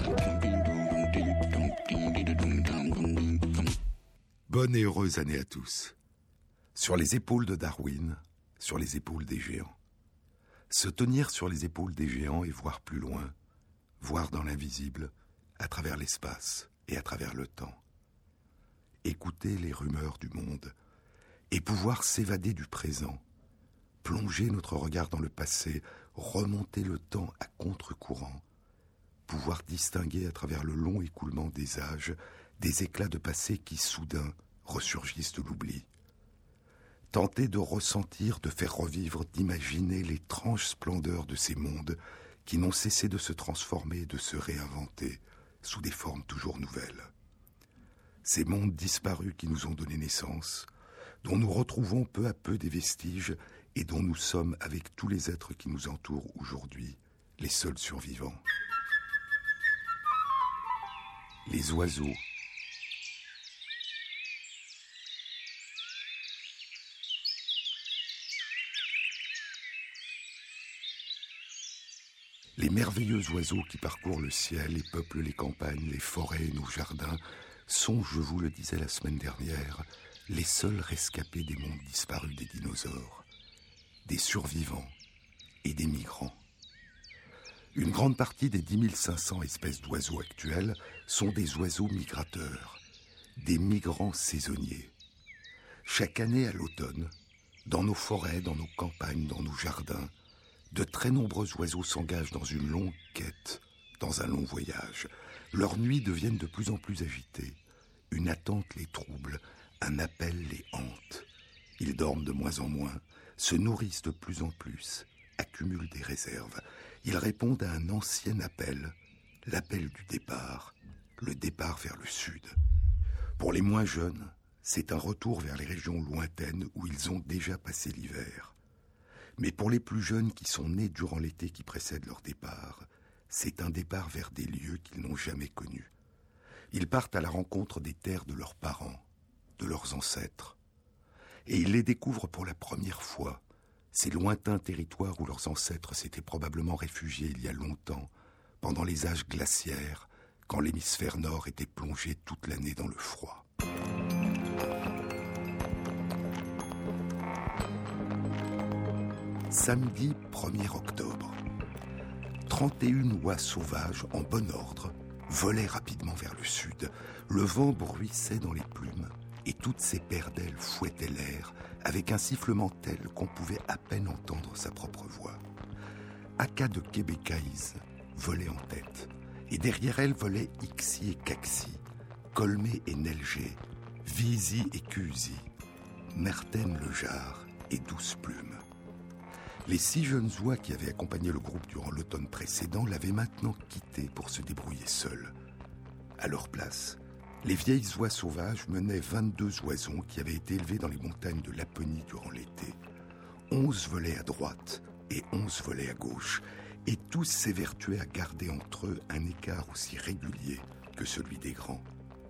Bonne et heureuse année à tous. Sur les épaules de Darwin, sur les épaules des géants. Se tenir sur les épaules des géants et voir plus loin, voir dans l'invisible, à travers l'espace et à travers le temps. Écouter les rumeurs du monde et pouvoir s'évader du présent, plonger notre regard dans le passé, remonter le temps à contre-courant, pouvoir distinguer à travers le long écoulement des âges des éclats de passé qui soudain ressurgissent de l'oubli. Tenter de ressentir, de faire revivre, d'imaginer l'étrange splendeur de ces mondes qui n'ont cessé de se transformer et de se réinventer sous des formes toujours nouvelles. Ces mondes disparus qui nous ont donné naissance, dont nous retrouvons peu à peu des vestiges et dont nous sommes, avec tous les êtres qui nous entourent aujourd'hui, les seuls survivants. Les oiseaux, les merveilleux oiseaux qui parcourent le ciel et peuplent les campagnes, les forêts et nos jardins sont, je vous le disais la semaine dernière, les seuls rescapés des mondes disparus des dinosaures, des survivants et des migrants. Une grande partie des 10 500 espèces d'oiseaux actuelles sont des oiseaux migrateurs, des migrants saisonniers. Chaque année à l'automne, dans nos forêts, dans nos campagnes, dans nos jardins, de très nombreux oiseaux s'engagent dans une longue quête, dans un long voyage. Leurs nuits deviennent de plus en plus agitées. Une attente les trouble, un appel les hante. Ils dorment de moins en moins, se nourrissent de plus en plus, accumulent des réserves. Ils répondent à un ancien appel, l'appel du départ, le départ vers le sud. Pour les moins jeunes, c'est un retour vers les régions lointaines où ils ont déjà passé l'hiver. Mais pour les plus jeunes qui sont nés durant l'été qui précède leur départ, c'est un départ vers des lieux qu'ils n'ont jamais connus. Ils partent à la rencontre des terres de leurs parents, de leurs ancêtres. Et ils les découvrent pour la première fois, ces lointains territoires où leurs ancêtres s'étaient probablement réfugiés il y a longtemps, pendant les âges glaciaires, quand l'hémisphère nord était plongé toute l'année dans le froid. Samedi 1er octobre. 31 oies sauvages en bon ordre volaient rapidement vers le sud. Le vent bruissait dans les plumes et toutes ces paires d'ailes fouettaient l'air avec un sifflement tel qu'on pouvait à peine entendre sa propre voix. Aka de Québécaïs volait en tête et derrière elle volaient Ixi et Caxi, Colmé et Nelgé, Visi et Cusi, Merten le Jard et Douce Plume. Les 6 jeunes oies qui avaient accompagné le groupe durant l'automne précédent l'avaient maintenant quitté pour se débrouiller seuls. À leur place, les vieilles oies sauvages menaient 22 oisons qui avaient été élevés dans les montagnes de Laponie durant l'été. 11 volaient à droite et 11 volaient à gauche, et tous s'évertuaient à garder entre eux un écart aussi régulier que celui des grands.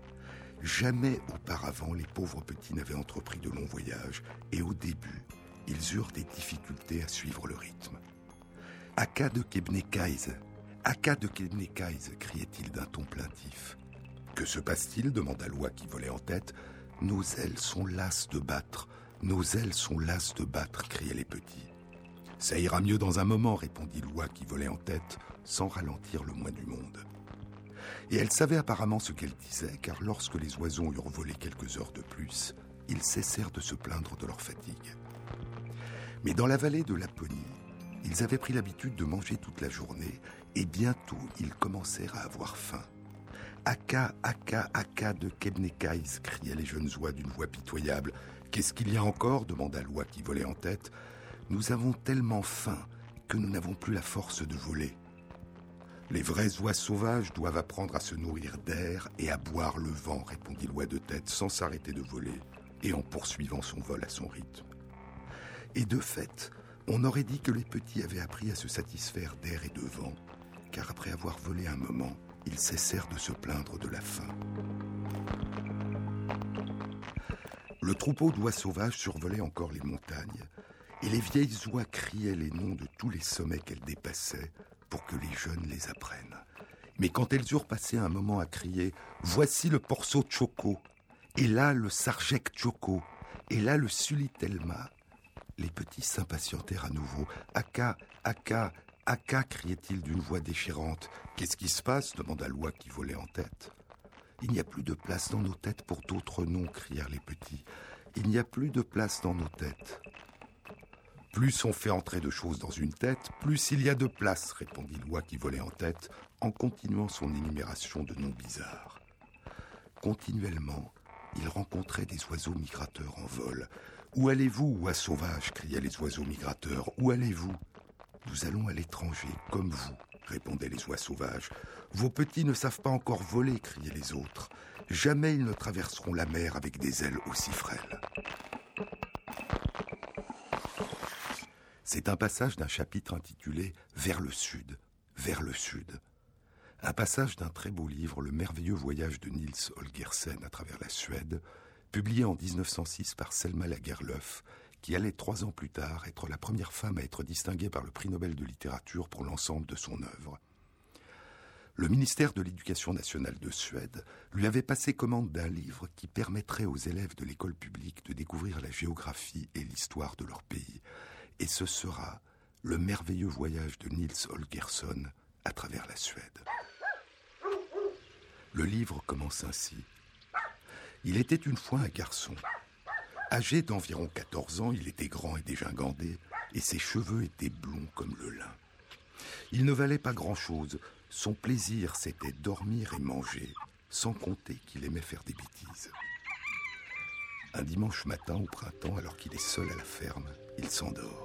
Jamais auparavant les pauvres petits n'avaient entrepris de longs voyages, et au début, ils eurent des difficultés à suivre le rythme. « Aka de Kebnekaise, Aka de Kebnekaise » criait-il d'un ton plaintif. « Que se passe-t-il » demanda l'oie qui volait en tête. « Nos ailes sont lasses de battre, nos ailes sont lasses de battre » criaient les petits. « Ça ira mieux dans un moment » répondit l'oie qui volait en tête, sans ralentir le moins du monde. Et elle savait apparemment ce qu'elle disait, car lorsque les oiseaux eurent volé quelques heures de plus, ils cessèrent de se plaindre de leur fatigue. Mais dans la vallée de Laponie, ils avaient pris l'habitude de manger toute la journée et bientôt ils commencèrent à avoir faim. « Aka, Aka, Aka de Kebnekaïs » criaient les jeunes oies d'une voix pitoyable. « Qu'est-ce qu'il y a encore » demanda l'oie qui volait en tête. « Nous avons tellement faim que nous n'avons plus la force de voler. » Les vraies oies sauvages doivent apprendre à se nourrir d'air et à boire le vent, répondit l'oie de tête sans s'arrêter de voler et en poursuivant son vol à son rythme. Et de fait, on aurait dit que les petits avaient appris à se satisfaire d'air et de vent, car après avoir volé un moment, ils cessèrent de se plaindre de la faim. Le troupeau d'oies sauvages survolait encore les montagnes, et les vieilles oies criaient les noms de tous les sommets qu'elles dépassaient pour que les jeunes les apprennent. Mais quand elles eurent passé un moment à crier « Voici le Porso Choco !» et là le Sarjek Choco, et là le Sulitelma, les petits s'impatientèrent à nouveau. « Aka, Aka, Aka !» criait-il d'une voix déchirante. « Qu'est-ce qui se passe ?» demanda Loa qui volait en tête. « Il n'y a plus de place dans nos têtes pour d'autres noms » crièrent les petits. « Il n'y a plus de place dans nos têtes. » « Plus on fait entrer de choses dans une tête, plus il y a de place » répondit Loa qui volait en tête, en continuant son énumération de noms bizarres. Continuellement, il rencontrait des oiseaux migrateurs en vol. « Où allez-vous, oies sauvages » criaient les oiseaux migrateurs. « Où allez-vous ?»« Nous allons à l'étranger, comme vous » répondaient les oies sauvages. « Vos petits ne savent pas encore voler » criaient les autres. « Jamais ils ne traverseront la mer avec des ailes aussi frêles. » C'est un passage d'un chapitre intitulé « Vers le sud, vers le sud ». Un passage d'un très beau livre, Le merveilleux voyage de Nils Holgersen à travers la Suède, publié en 1906 par Selma Lagerlöf, qui allait 3 ans plus tard être la première femme à être distinguée par le prix Nobel de littérature pour l'ensemble de son œuvre. Le ministère de l'Éducation nationale de Suède lui avait passé commande d'un livre qui permettrait aux élèves de l'école publique de découvrir la géographie et l'histoire de leur pays. Et ce sera Le merveilleux voyage de Nils Holgersson à travers la Suède. Le livre commence ainsi. Il était une fois un garçon. Âgé d'environ 14 ans, il était grand et dégingandé, et ses cheveux étaient blonds comme le lin. Il ne valait pas grand-chose. Son plaisir, c'était dormir et manger, sans compter qu'il aimait faire des bêtises. Un dimanche matin au printemps, alors qu'il est seul à la ferme, il s'endort.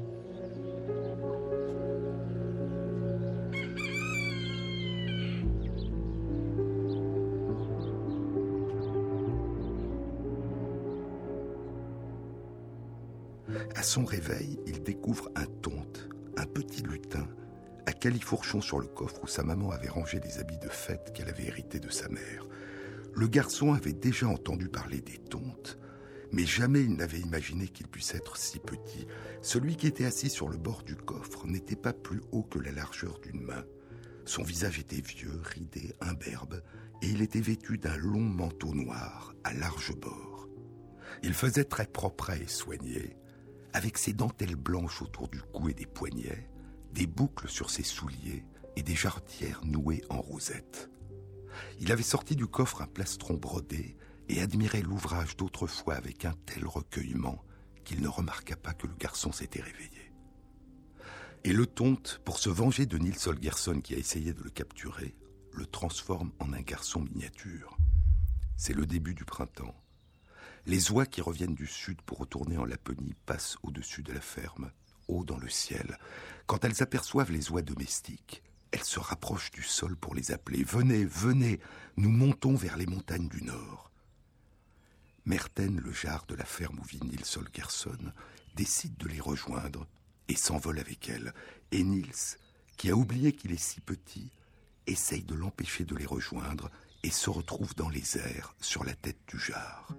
À son réveil, il découvre un tonte, un petit lutin, à califourchon sur le coffre où sa maman avait rangé des habits de fête qu'elle avait hérités de sa mère. Le garçon avait déjà entendu parler des tontes, mais jamais il n'avait imaginé qu'il puisse être si petit. Celui qui était assis sur le bord du coffre n'était pas plus haut que la largeur d'une main. Son visage était vieux, ridé, imberbe, et il était vêtu d'un long manteau noir à large bord. Il faisait très propre et soigné, avec ses dentelles blanches autour du cou et des poignets, des boucles sur ses souliers et des jarretières nouées en rosette. Il avait sorti du coffre un plastron brodé et admirait l'ouvrage d'autrefois avec un tel recueillement qu'il ne remarqua pas que le garçon s'était réveillé. Et le tonte, pour se venger de Nils Holgersson qui a essayé de le capturer, le transforme en un garçon miniature. C'est le début du printemps. Les oies qui reviennent du sud pour retourner en Laponie passent au-dessus de la ferme, haut dans le ciel. Quand elles aperçoivent les oies domestiques, elles se rapprochent du sol pour les appeler. « Venez, venez, nous montons vers les montagnes du nord. » Merten, le jarre de la ferme où vit Nils Holgersson, décide de les rejoindre et s'envole avec elles. Et Nils, qui a oublié qu'il est si petit, essaye de l'empêcher de les rejoindre et se retrouve dans les airs sur la tête du jarre.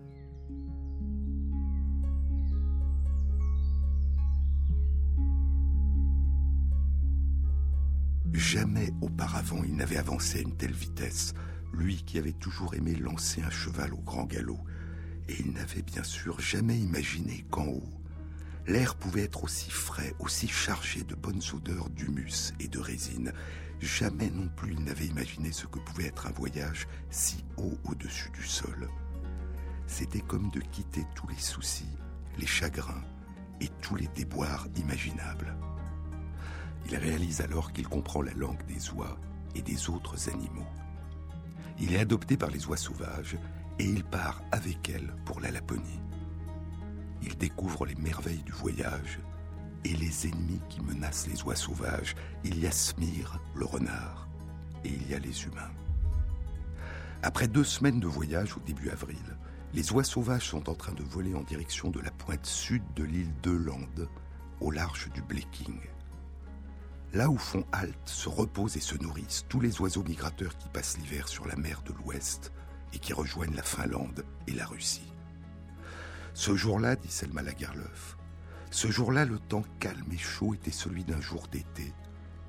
Jamais auparavant il n'avait avancé à une telle vitesse, lui qui avait toujours aimé lancer un cheval au grand galop. Et il n'avait bien sûr jamais imaginé qu'en haut, l'air pouvait être aussi frais, aussi chargé de bonnes odeurs d'humus et de résine. Jamais non plus il n'avait imaginé ce que pouvait être un voyage si haut au-dessus du sol. C'était comme de quitter tous les soucis, les chagrins et tous les déboires imaginables. Il réalise alors qu'il comprend la langue des oies et des autres animaux. Il est adopté par les oies sauvages et il part avec elles pour la Laponie. Il découvre les merveilles du voyage et les ennemis qui menacent les oies sauvages. Il y a Smir, le renard, et il y a les humains. Après 2 semaines de voyage au début avril, les oies sauvages sont en train de voler en direction de la pointe sud de l'île d'Öland, au large du Bleking. Là où font halte, se reposent et se nourrissent tous les oiseaux migrateurs qui passent l'hiver sur la mer de l'Ouest et qui rejoignent la Finlande et la Russie. Ce jour-là, dit Selma Lagerlöf, ce jour-là, le temps calme et chaud était celui d'un jour d'été,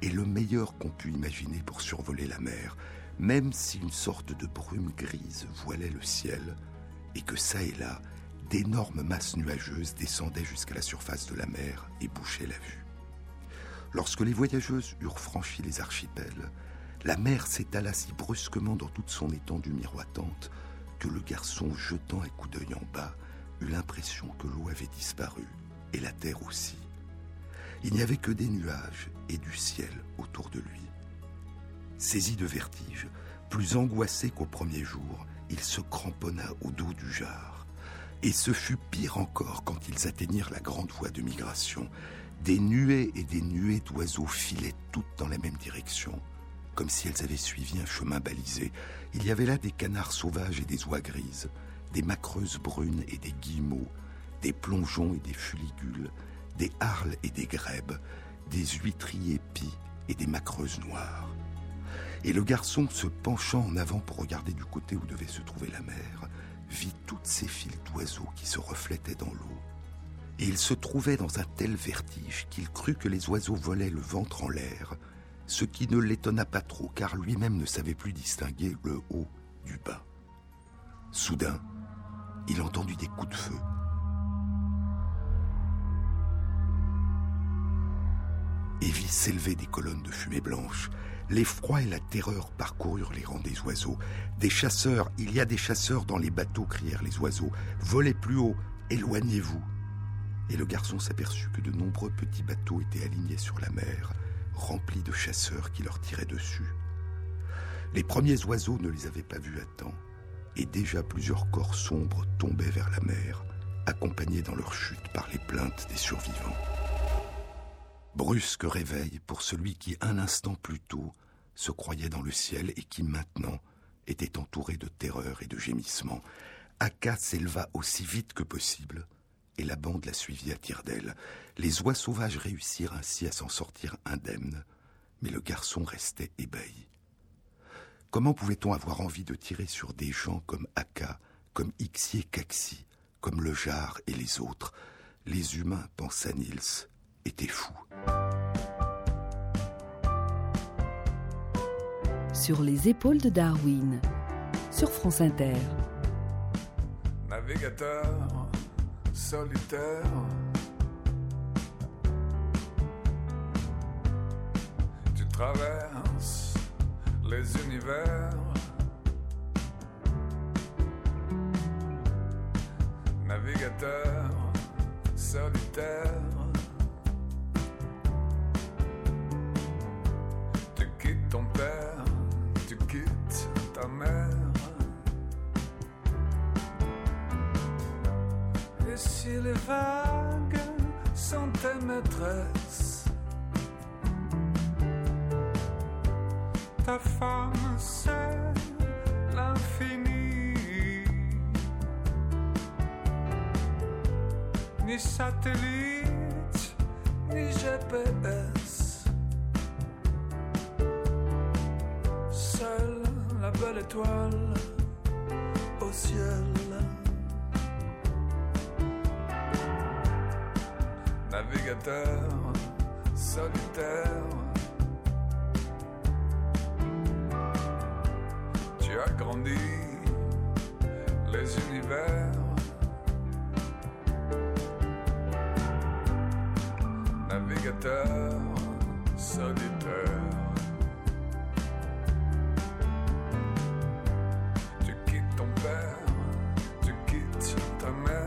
est le meilleur qu'on pût imaginer pour survoler la mer, même si une sorte de brume grise voilait le ciel et que ça et là, d'énormes masses nuageuses descendaient jusqu'à la surface de la mer et bouchaient la vue. Lorsque les voyageuses eurent franchi les archipels, la mer s'étala si brusquement dans toute son étendue miroitante que le garçon, jetant un coup d'œil en bas, eut l'impression que l'eau avait disparu, et la terre aussi. Il n'y avait que des nuages et du ciel autour de lui. Saisi de vertige, plus angoissé qu'au premier jour, il se cramponna au dos du jar. Et ce fut pire encore quand ils atteignirent la grande voie de migration. Des nuées et des nuées d'oiseaux filaient toutes dans la même direction, comme si elles avaient suivi un chemin balisé. Il y avait là des canards sauvages et des oies grises, des macreuses brunes et des guillemots, des plongeons et des fuligules, des harles et des grèbes, des huîtriers épis et des macreuses noires. Et le garçon, se penchant en avant pour regarder du côté où devait se trouver la mer, vit toutes ces files d'oiseaux qui se reflétaient dans l'eau. Et il se trouvait dans un tel vertige qu'il crut que les oiseaux volaient le ventre en l'air, ce qui ne l'étonna pas trop, car lui-même ne savait plus distinguer le haut du bas. Soudain, il entendit des coups de feu. Et vit s'élever des colonnes de fumée blanche. L'effroi et la terreur parcoururent les rangs des oiseaux. Des chasseurs, il y a des chasseurs dans les bateaux, crièrent les oiseaux. Volez plus haut, éloignez-vous. Et le garçon s'aperçut que de nombreux petits bateaux étaient alignés sur la mer, remplis de chasseurs qui leur tiraient dessus. Les premiers oiseaux ne les avaient pas vus à temps, et déjà plusieurs corps sombres tombaient vers la mer, accompagnés dans leur chute par les plaintes des survivants. Brusque réveil pour celui qui, un instant plus tôt, se croyait dans le ciel et qui, maintenant, était entouré de terreur et de gémissements. Aka s'éleva aussi vite que possible, et la bande la suivit à tire-d'aile. Les oies sauvages réussirent ainsi à s'en sortir indemnes, mais le garçon restait ébahi. Comment pouvait-on avoir envie de tirer sur des gens comme Aka, comme Ixi et Kaxi, comme le Jar et les autres? Les humains, pensa Niels, étaient fous. Sur les épaules de Darwin, sur France Inter. Navigateur solitaire, tu traverses les univers. Navigateur solitaire, tu quittes ton père, tu quittes ta mère. Et si les vagues sont tes maîtresses, ta femme c'est l'infini. Ni satellite, ni GPS, seule la belle étoile au ciel. Navigateur solitaire, tu as grandi les univers. Navigateur solitaire, tu quittes ton père, tu quittes ta mère.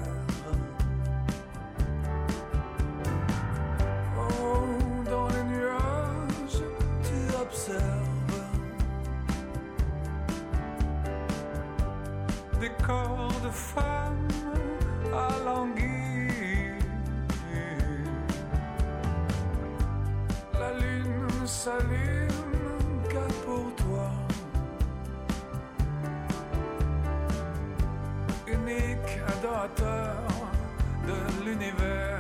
Des corps de femmes alanguis, la lune s'allume qu'à pour toi, unique adorateur de l'univers.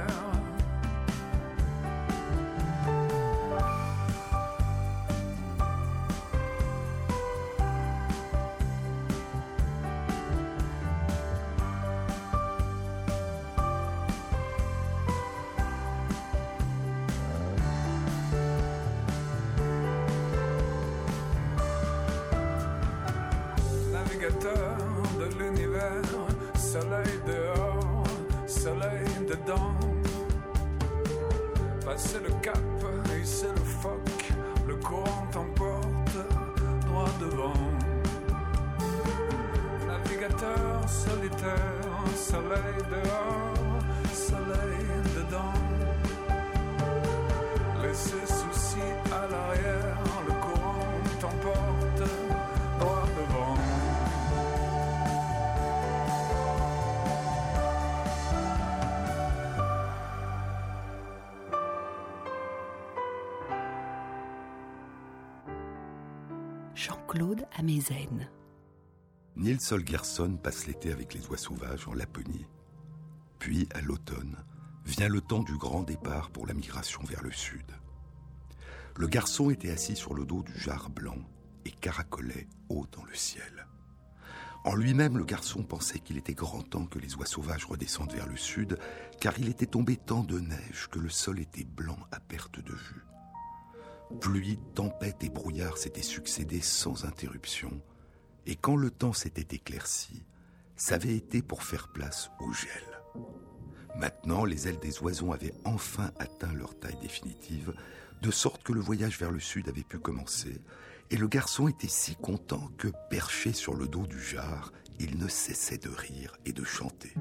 navigateur de l'univers, soleil dehors, soleil dedans. Passer le cap, hisser le phoque, le courant t'emporte droit devant. Navigateur solitaire, soleil dehors, soleil dedans. Laissez soucis à l'arrière, le courant t'emporte droit devant. Jean-Claude Amezen. Niels Holgersson passe l'été avec les oies sauvages en Laponie. Puis, à l'automne, vient le temps du grand départ pour la migration vers le sud. Le garçon était assis sur le dos du jar blanc et caracolait haut dans le ciel. En lui-même, le garçon pensait qu'il était grand temps que les oies sauvages redescendent vers le sud, car il était tombé tant de neige que le sol était blanc à perte de vue. Pluie, tempête et brouillard s'étaient succédés sans interruption, et quand le temps s'était éclairci, ça avait été pour faire place au gel. Maintenant, les ailes des oiseaux avaient enfin atteint leur taille définitive, de sorte que le voyage vers le sud avait pu commencer, et le garçon était si content que, perché sur le dos du jar, il ne cessait de rire et de chanter.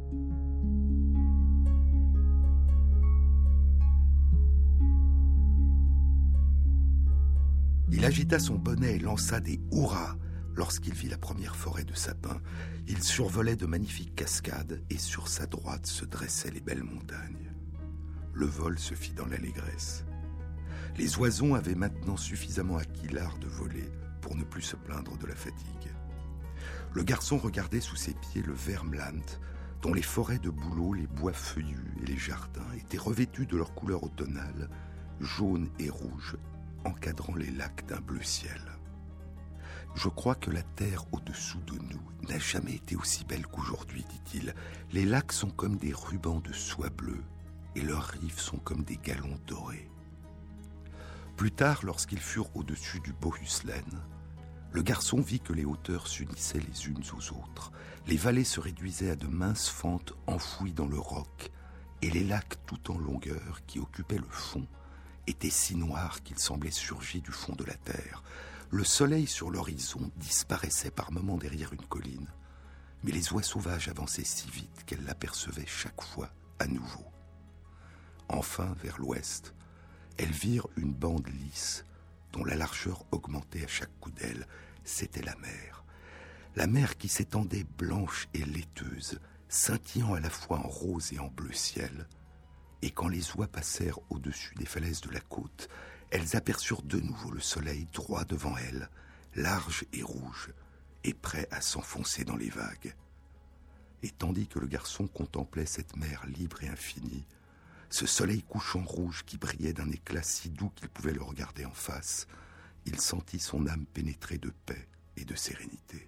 Il agita son bonnet et lança des hurrahs lorsqu'il vit la première forêt de sapins. Il survolait de magnifiques cascades et sur sa droite se dressaient les belles montagnes. Le vol se fit dans l'allégresse. Les oiseaux avaient maintenant suffisamment acquis l'art de voler pour ne plus se plaindre de la fatigue. Le garçon regardait sous ses pieds le Värmland, dont les forêts de bouleaux, les bois feuillus et les jardins étaient revêtus de leur couleur automnale, jaune et rouge, encadrant les lacs d'un bleu ciel. Je crois que la terre au-dessous de nous n'a jamais été aussi belle qu'aujourd'hui, dit-il. Les lacs sont comme des rubans de soie bleue et leurs rives sont comme des galons dorés. Plus tard, lorsqu'ils furent au-dessus du Bohuslän, le garçon vit que les hauteurs s'unissaient les unes aux autres. Les vallées se réduisaient à de minces fentes enfouies dans le roc et les lacs tout en longueur qui occupaient le fond étaient si noirs qu'ils semblaient surgis du fond de la terre. Le soleil sur l'horizon disparaissait par moments derrière une colline, mais les oies sauvages avançaient si vite qu'elles l'apercevaient chaque fois à nouveau. Enfin, vers l'ouest, elles virent une bande lisse dont la largeur augmentait à chaque coup d'aile. C'était la mer. La mer qui s'étendait blanche et laiteuse, scintillant à la fois en rose et en bleu ciel. Et quand les oies passèrent au-dessus des falaises de la côte, elles aperçurent de nouveau le soleil droit devant elles, large et rouge, et prêt à s'enfoncer dans les vagues. Et tandis que le garçon contemplait cette mer libre et infinie, ce soleil couchant rouge qui brillait d'un éclat si doux qu'il pouvait le regarder en face, il sentit son âme pénétrée de paix et de sérénité.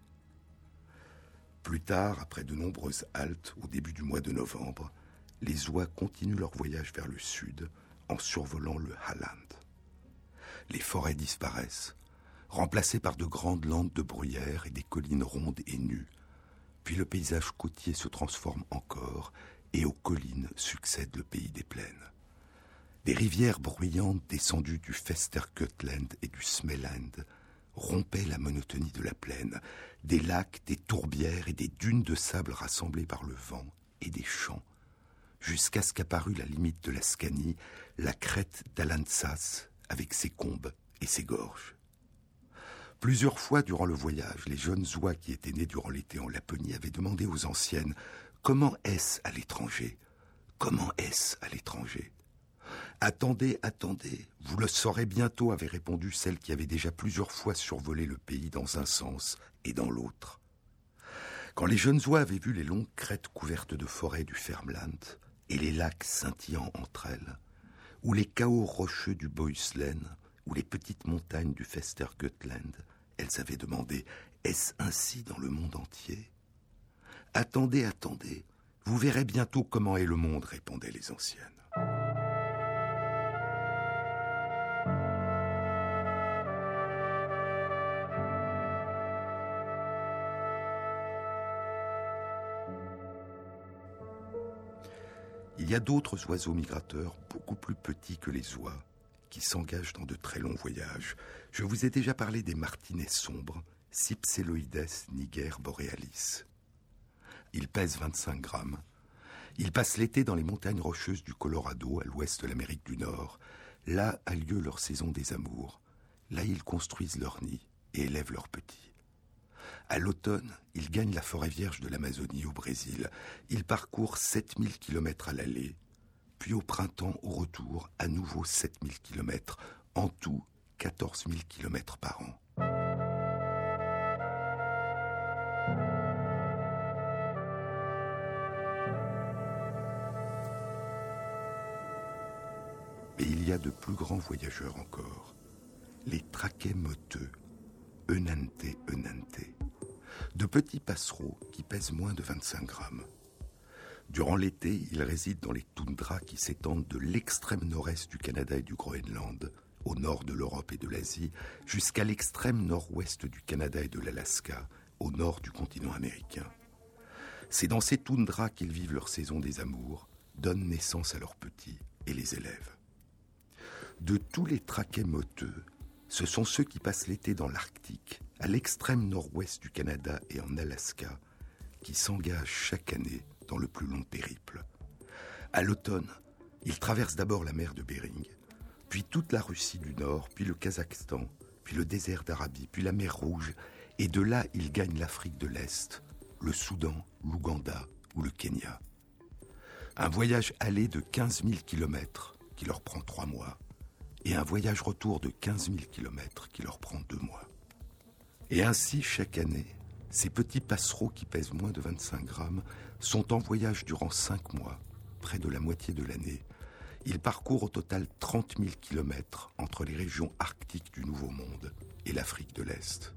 Plus tard, après de nombreuses haltes, au début du mois de novembre, les oies continuent leur voyage vers le sud en survolant le Halland. Les forêts disparaissent, remplacées par de grandes landes de bruyère et des collines rondes et nues. Puis le paysage côtier se transforme encore et aux collines succède le pays des plaines. Des rivières bruyantes descendues du Västergötland et du Smeland rompaient la monotonie de la plaine. Des lacs, des tourbières et des dunes de sable rassemblées par le vent et des champs, jusqu'à ce qu'apparut la limite de la Scanie, la crête d'Alandsas, avec ses combes et ses gorges. Plusieurs fois durant le voyage, les jeunes oies qui étaient nées durant l'été en Laponie avaient demandé aux anciennes « Comment est-ce à l'étranger ? Comment est-ce à l'étranger ?» « Attendez, attendez, vous le saurez bientôt », avait répondu celle qui avait déjà plusieurs fois survolé le pays dans un sens et dans l'autre. Quand les jeunes oies avaient vu les longues crêtes couvertes de forêts du Värmland et les lacs scintillant entre elles, ou les chaos rocheux du Bohuslän, ou les petites montagnes du Västergötland, elles avaient demandé « Est-ce ainsi dans le monde entier ?»« Attendez, attendez, vous verrez bientôt comment est le monde », répondaient les anciennes. Il y a d'autres oiseaux migrateurs beaucoup plus petits que les oies qui s'engagent dans de très longs voyages. Je vous ai déjà parlé des martinets sombres, Cypseloides niger borealis. Ils pèsent 25 grammes. Ils passent l'été dans les montagnes rocheuses du Colorado, à l'ouest de l'Amérique du Nord. Là a lieu leur saison des amours. Là, ils construisent leur nid et élèvent leurs petits. À l'automne, ils gagnent la forêt vierge de l'Amazonie au Brésil. Ils parcourent 7000 km à l'aller. Puis au printemps, au retour, à nouveau 7000 km. En tout, 14 000 km par an. Mais il y a de plus grands voyageurs encore. Les traquets moteux, Eunante. De petits passereaux qui pèsent moins de 25 grammes. Durant l'été, ils résident dans les toundras qui s'étendent de l'extrême nord-est du Canada et du Groenland, au nord de l'Europe et de l'Asie, jusqu'à l'extrême nord-ouest du Canada et de l'Alaska, au nord du continent américain. C'est dans ces toundras qu'ils vivent leur saison des amours, donnent naissance à leurs petits et les élèvent. De tous les traquets moteux, ce sont ceux qui passent l'été dans l'Arctique, à l'extrême nord-ouest du Canada et en Alaska, qui s'engagent chaque année dans le plus long périple. À l'automne, ils traversent d'abord la mer de Bering, puis toute la Russie du Nord, puis le Kazakhstan, puis le désert d'Arabie, puis la mer Rouge, et de là, ils gagnent l'Afrique de l'Est, le Soudan, l'Ouganda ou le Kenya. Un voyage aller de 15 000 km qui leur prend 3 mois, et un voyage retour de 15 000 km qui leur prend 2 mois. Et ainsi, chaque année, ces petits passereaux qui pèsent moins de 25 grammes sont en voyage durant 5 mois, près de la moitié de l'année. Ils parcourent au total 30 000 km entre les régions arctiques du Nouveau Monde et l'Afrique de l'Est.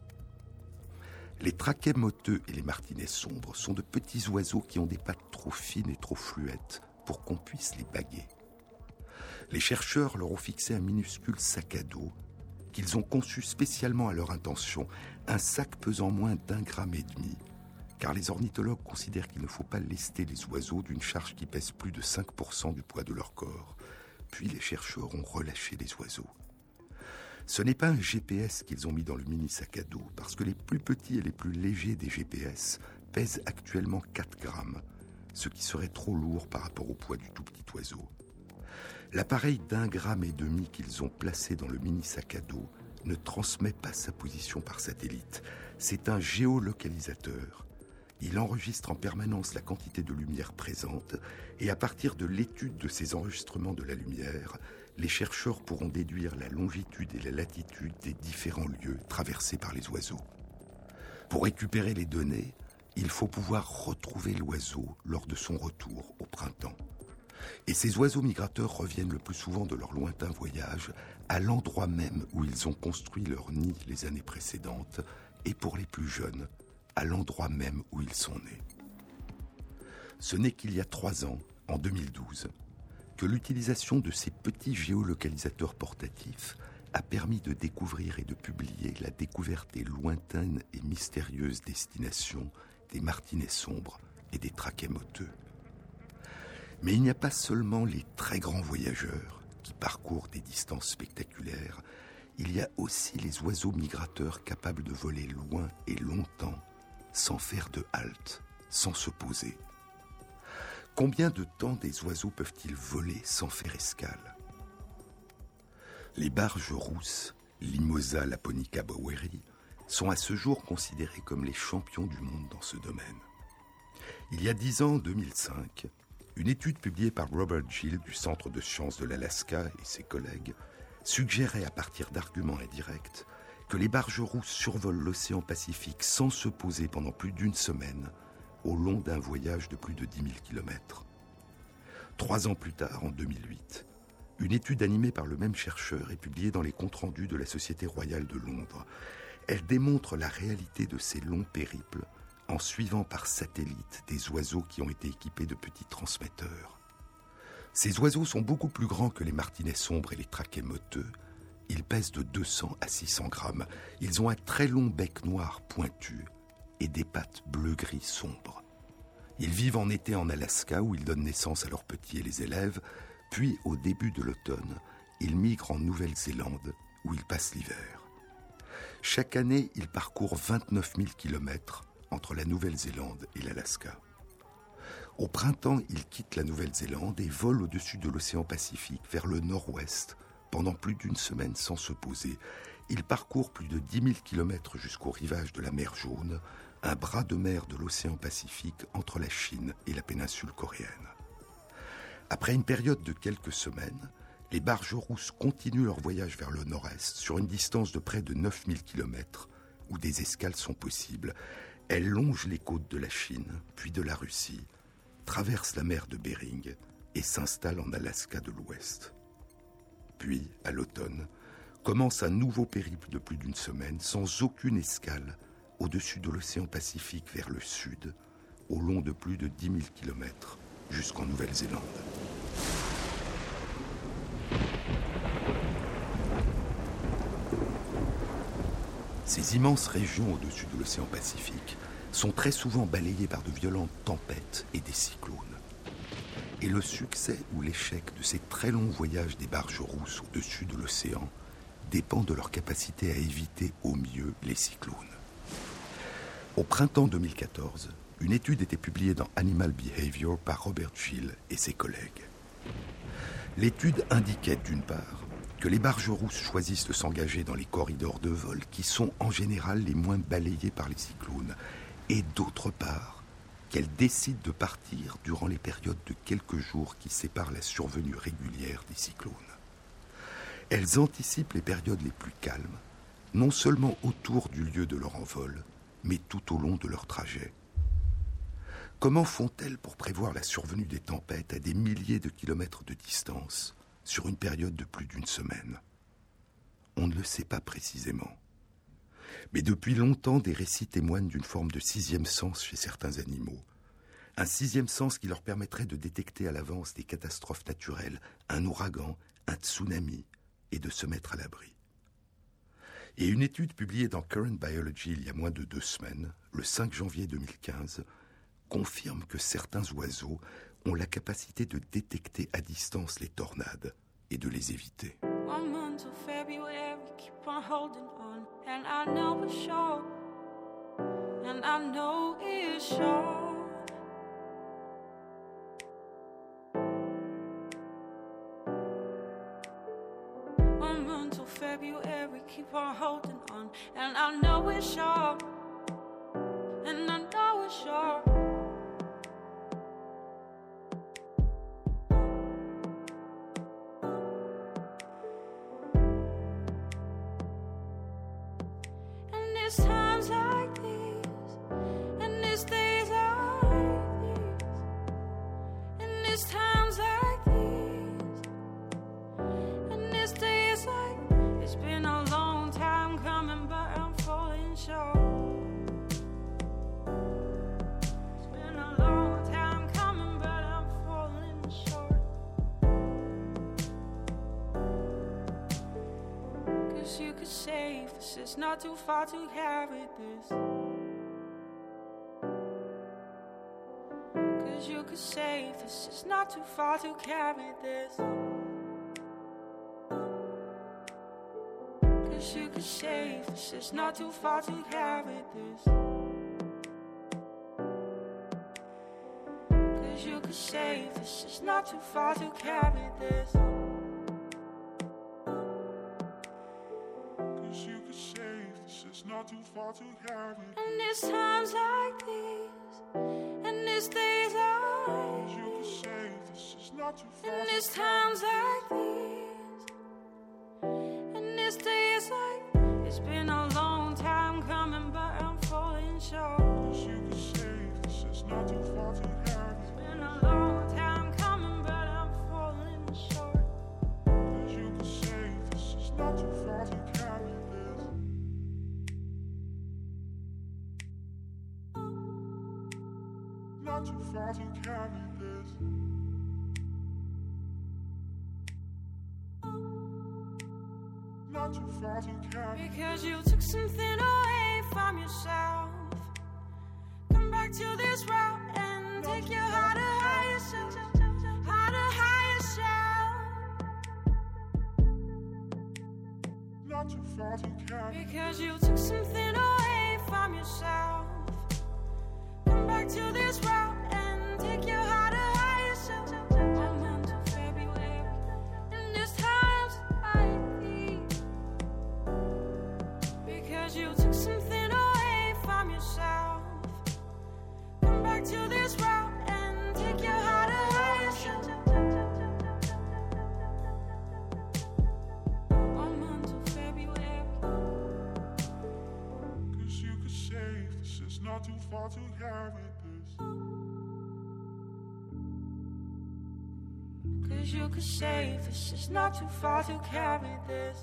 Les traquets moteux et les martinets sombres sont de petits oiseaux qui ont des pattes trop fines et trop fluettes pour qu'on puisse les baguer. Les chercheurs leur ont fixé un minuscule sac à dos qu'ils ont conçu spécialement à leur intention, un sac pesant moins d'1,5 gramme, car les ornithologues considèrent qu'il ne faut pas lester les oiseaux d'une charge qui pèse plus de 5% du poids de leur corps. Puis les chercheurs ont relâché les oiseaux. Ce n'est pas un GPS qu'ils ont mis dans le mini sac à dos, parce que les plus petits et les plus légers des GPS pèsent actuellement 4 grammes, ce qui serait trop lourd par rapport au poids du tout petit oiseau. L'appareil d'1,5 gramme qu'ils ont placé dans le mini sac à dos ne transmet pas sa position par satellite. C'est un géolocalisateur. Il enregistre en permanence la quantité de lumière présente et à partir de l'étude de ces enregistrements de la lumière, les chercheurs pourront déduire la longitude et la latitude des différents lieux traversés par les oiseaux. Pour récupérer les données, il faut pouvoir retrouver l'oiseau lors de son retour au printemps. Et ces oiseaux migrateurs reviennent le plus souvent de leur lointain voyage à l'endroit même où ils ont construit leur nid les années précédentes et pour les plus jeunes, à l'endroit même où ils sont nés. Ce n'est qu'il y a 3 ans, en 2012, que l'utilisation de ces petits géolocalisateurs portatifs a permis de découvrir et de publier la découverte des lointaines et mystérieuses destinations des martinets sombres et des traquets moteux. Mais il n'y a pas seulement les très grands voyageurs qui parcourent des distances spectaculaires, il y a aussi les oiseaux migrateurs capables de voler loin et longtemps, sans faire de halte, sans se poser. Combien de temps des oiseaux peuvent-ils voler sans faire escale ? Les barges rousses, Limosa laponica boweri, sont à ce jour considérés comme les champions du monde dans ce domaine. Il y a 10 ans, en 2005, une étude publiée par Robert Gill du Centre de sciences de l'Alaska et ses collègues suggérait à partir d'arguments indirects que les barges rousses survolent l'océan Pacifique sans se poser pendant plus d'1 semaine au long d'un voyage de plus de 10 000 km. 3 ans plus tard, en 2008, une étude animée par le même chercheur est publiée dans les comptes rendus de la Société royale de Londres. Elle démontre la réalité de ces longs périples en suivant par satellite des oiseaux qui ont été équipés de petits transmetteurs. Ces oiseaux sont beaucoup plus grands que les martinets sombres et les traquets moteux. Ils pèsent de 200 à 600 grammes. Ils ont un très long bec noir pointu et des pattes bleu-gris sombres. Ils vivent en été en Alaska où ils donnent naissance à leurs petits et les élèves, puis au début de l'automne, ils migrent en Nouvelle-Zélande où ils passent l'hiver. Chaque année, ils parcourent 29 000 kilomètres entre la Nouvelle-Zélande et l'Alaska. Au printemps, ils quittent la Nouvelle-Zélande et volent au-dessus de l'océan Pacifique vers le nord-ouest pendant plus d'une semaine sans se poser. Ils parcourent plus de 10 000 kilomètres jusqu'au rivage de la mer Jaune, un bras de mer de l'océan Pacifique entre la Chine et la péninsule coréenne. Après une période de quelques semaines, les barges rousses continuent leur voyage vers le nord-est sur une distance de près de 9 000 kilomètres où des escales sont possibles. Elles longent les côtes de la Chine, puis de la Russie, traversent la mer de Bering et s'installent en Alaska de l'Ouest. Puis, à l'automne, commence un nouveau périple de plus d'une semaine, sans aucune escale, au-dessus de l'océan Pacifique vers le sud, au long de plus de 10 000 kilomètres, jusqu'en Nouvelle-Zélande. Ces immenses régions au-dessus de l'océan Pacifique sont très souvent balayées par de violentes tempêtes et des cyclones. Et le succès ou l'échec de ces très longs voyages des barges rousses au-dessus de l'océan dépend de leur capacité à éviter au mieux les cyclones. Au printemps 2014, une étude était publiée dans Animal Behavior par Robert Gill et ses collègues. L'étude indiquait d'une part que les barges rousses choisissent de s'engager dans les corridors de vol qui sont en général les moins balayés par les cyclones, et d'autre part qu'elles décident de partir durant les périodes de quelques jours qui séparent la survenue régulière des cyclones. Elles anticipent les périodes les plus calmes, non seulement autour du lieu de leur envol, mais tout au long de leur trajet. Comment font-elles pour prévoir la survenue des tempêtes à des milliers de kilomètres de distance sur une période de plus d'une semaine? On ne le sait pas précisément. Mais depuis longtemps, des récits témoignent d'une forme de sixième sens chez certains animaux. Un sixième sens qui leur permettrait de détecter à l'avance des catastrophes naturelles, un ouragan, un tsunami, et de se mettre à l'abri. Et une étude publiée dans Current Biology il y a moins de 2 semaines, le 5 janvier 2015, confirme que certains oiseaux ont la capacité de détecter à distance les tornades et de les éviter. And I know it's short, and I know it's short. 1 month till February, keep on holding on, and I know it's short, and I know it's short. Times like these, and it's days like these, and it's times like these, and it's days like. It's been a long time coming, but I'm falling short. It's been a long time coming, but I'm falling short. 'Cause you could save this, it's not too far to carry this. 'Cause you could save this, it's not too far to carry this. 'Cause you could save this, it's not too far to carry this. 'Cause you could save this, it's not too far to carry this. Not too far to carry. And it's times like these, and it's days like You can say this is not too far. and it's times like these, and it's days like. It's been a long time coming, but I'm falling short. You can say this is not too far to carry. It's been a long time coming, but I'm falling short. You can say this is not too far to carry. Not too far to carry this. Not too far to carry. Because you took something away from yourself. Come back to this route and take not too far to carry. Because you took something away from yourself. Come back to this route and take your heart to higher self. I'm until February, and there's times like these. Because you took something away from yourself. Come back to this route and take your heart to higher self. I'm until February. Cause you could say this is not too far to carry this. Cause you could say this is not too far to carry this.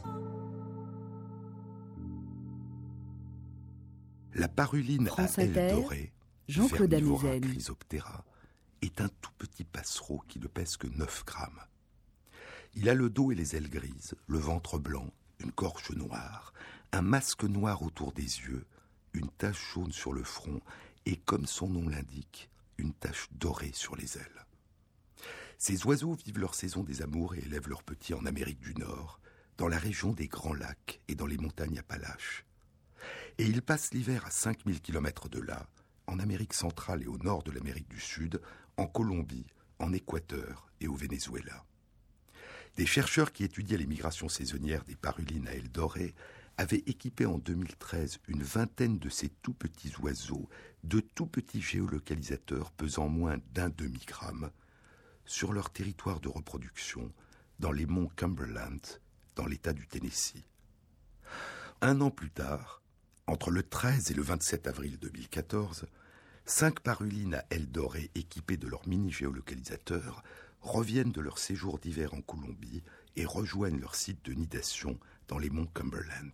La paruline France à ailes Inter, dorées, Jean-Claude Vernivora Amezen. chrysoptera, est un tout petit passereau qui ne pèse que 9 grammes. Il a le dos et les ailes grises, le ventre blanc, une gorge noire, un masque noir autour des yeux, une tache jaune sur le front et, comme son nom l'indique, une tache dorée sur les ailes. Ces oiseaux vivent leur saison des amours et élèvent leurs petits en Amérique du Nord, dans la région des Grands Lacs et dans les montagnes Appalaches. Et ils passent l'hiver à 5000 km de là, en Amérique centrale et au nord de l'Amérique du Sud, en Colombie, en Équateur et au Venezuela. Des chercheurs qui étudiaient les migrations saisonnières des parulines à ailes dorées avaient équipé en 2013 une vingtaine de ces tout petits oiseaux de tout petits géolocalisateurs pesant moins d'1 demi-gramme sur leur territoire de reproduction dans les monts Cumberland, dans l'État du Tennessee. 1 an plus tard, entre le 13 et le 27 avril 2014, 5 parulines à ailes dorées équipées de leur mini-géolocalisateur reviennent de leur séjour d'hiver en Colombie et rejoignent leur site de nidation dans les monts Cumberland.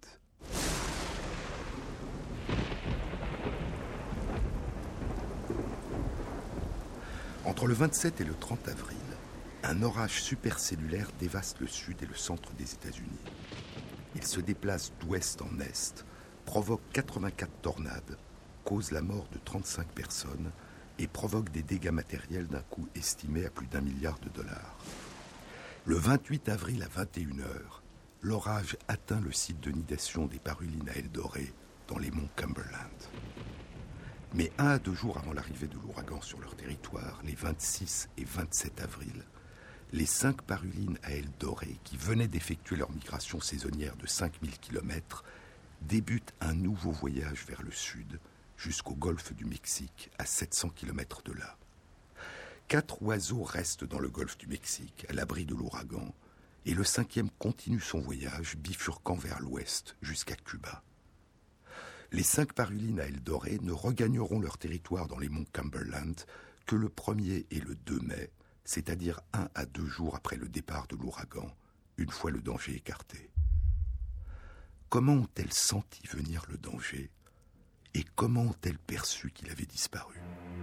Entre le 27 et le 30 avril, un orage supercellulaire dévaste le sud et le centre des États-Unis. Il se déplace d'ouest en est, provoque 84 tornades, cause la mort de 35 personnes et provoque des dégâts matériels d'un coût estimé à plus d'$1 milliard. Le 28 avril à 21h, l'orage atteint le site de nidation des parulines à ailes dorées dans les monts Cumberland. Mais 1 à 2 jours avant l'arrivée de l'ouragan sur leur territoire, les 26 et 27 avril, les 5 parulines à ailes dorées qui venaient d'effectuer leur migration saisonnière de 5000 km débutent un nouveau voyage vers le sud, jusqu'au golfe du Mexique, à 700 km de là. 4 oiseaux restent dans le golfe du Mexique, à l'abri de l'ouragan, et le 5e continue son voyage, bifurquant vers l'ouest, jusqu'à Cuba. Les 5 parulines à ailes dorées ne regagneront leur territoire dans les monts Cumberland que le 1er et le 2 mai, c'est-à-dire 1 à 2 jours après le départ de l'ouragan, une fois le danger écarté. Comment ont-elles senti venir le danger et comment ont-elles perçu qu'il avait disparu ?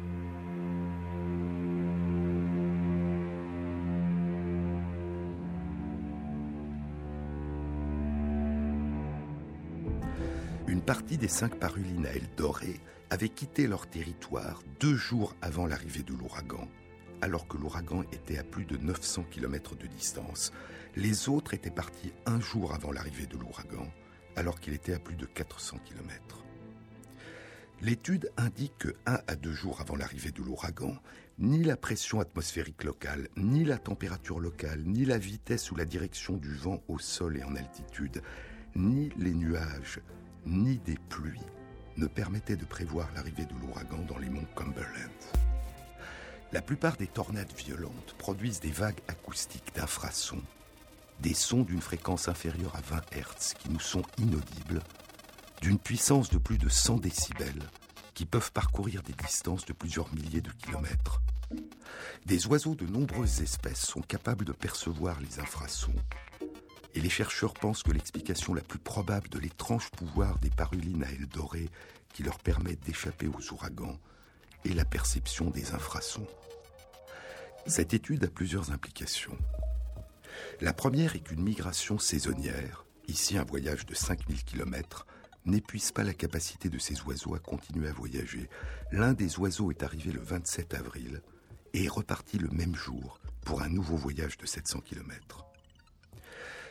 Une partie des 5 parulines à ailes dorées avaient quitté leur territoire 2 jours avant l'arrivée de l'ouragan, alors que l'ouragan était à plus de 900 km de distance. Les autres étaient partis 1 jour avant l'arrivée de l'ouragan, alors qu'il était à plus de 400 km. L'étude indique que 1 à 2 jours avant l'arrivée de l'ouragan, ni la pression atmosphérique locale, ni la température locale, ni la vitesse ou la direction du vent au sol et en altitude, ni les nuages, ni des pluies ne permettaient de prévoir l'arrivée de l'ouragan dans les monts Cumberland. La plupart des tornades violentes produisent des vagues acoustiques d'infrasons, des sons d'une fréquence inférieure à 20 Hz qui nous sont inaudibles, d'une puissance de plus de 100 décibels, qui peuvent parcourir des distances de plusieurs milliers de kilomètres. Des oiseaux de nombreuses espèces sont capables de percevoir les infrasons, et les chercheurs pensent que l'explication la plus probable de l'étrange pouvoir des parulines à ailes dorées qui leur permettent d'échapper aux ouragans est la perception des infrasons. Cette étude a plusieurs implications. La première est qu'une migration saisonnière, ici un voyage de 5000 km, n'épuise pas la capacité de ces oiseaux à continuer à voyager. L'un des oiseaux est arrivé le 27 avril et est reparti le même jour pour un nouveau voyage de 700 km.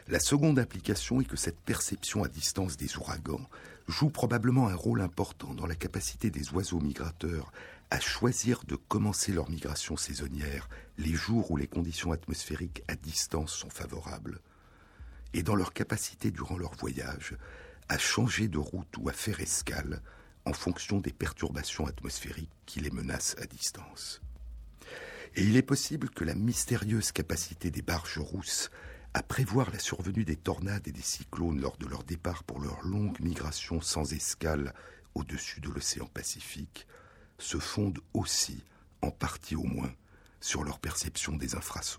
La seconde implication est que cette perception à distance des ouragans joue probablement un rôle important dans la capacité des oiseaux migrateurs à choisir de commencer leur migration saisonnière les jours où les conditions atmosphériques à distance sont favorables, et dans leur capacité durant leur voyage à changer de route ou à faire escale en fonction des perturbations atmosphériques qui les menacent à distance. Et il est possible que la mystérieuse capacité des barges rousses à prévoir la survenue des tornades et des cyclones lors de leur départ pour leur longue migration sans escale au-dessus de l'océan Pacifique se fonde aussi, en partie au moins, sur leur perception des infrasons.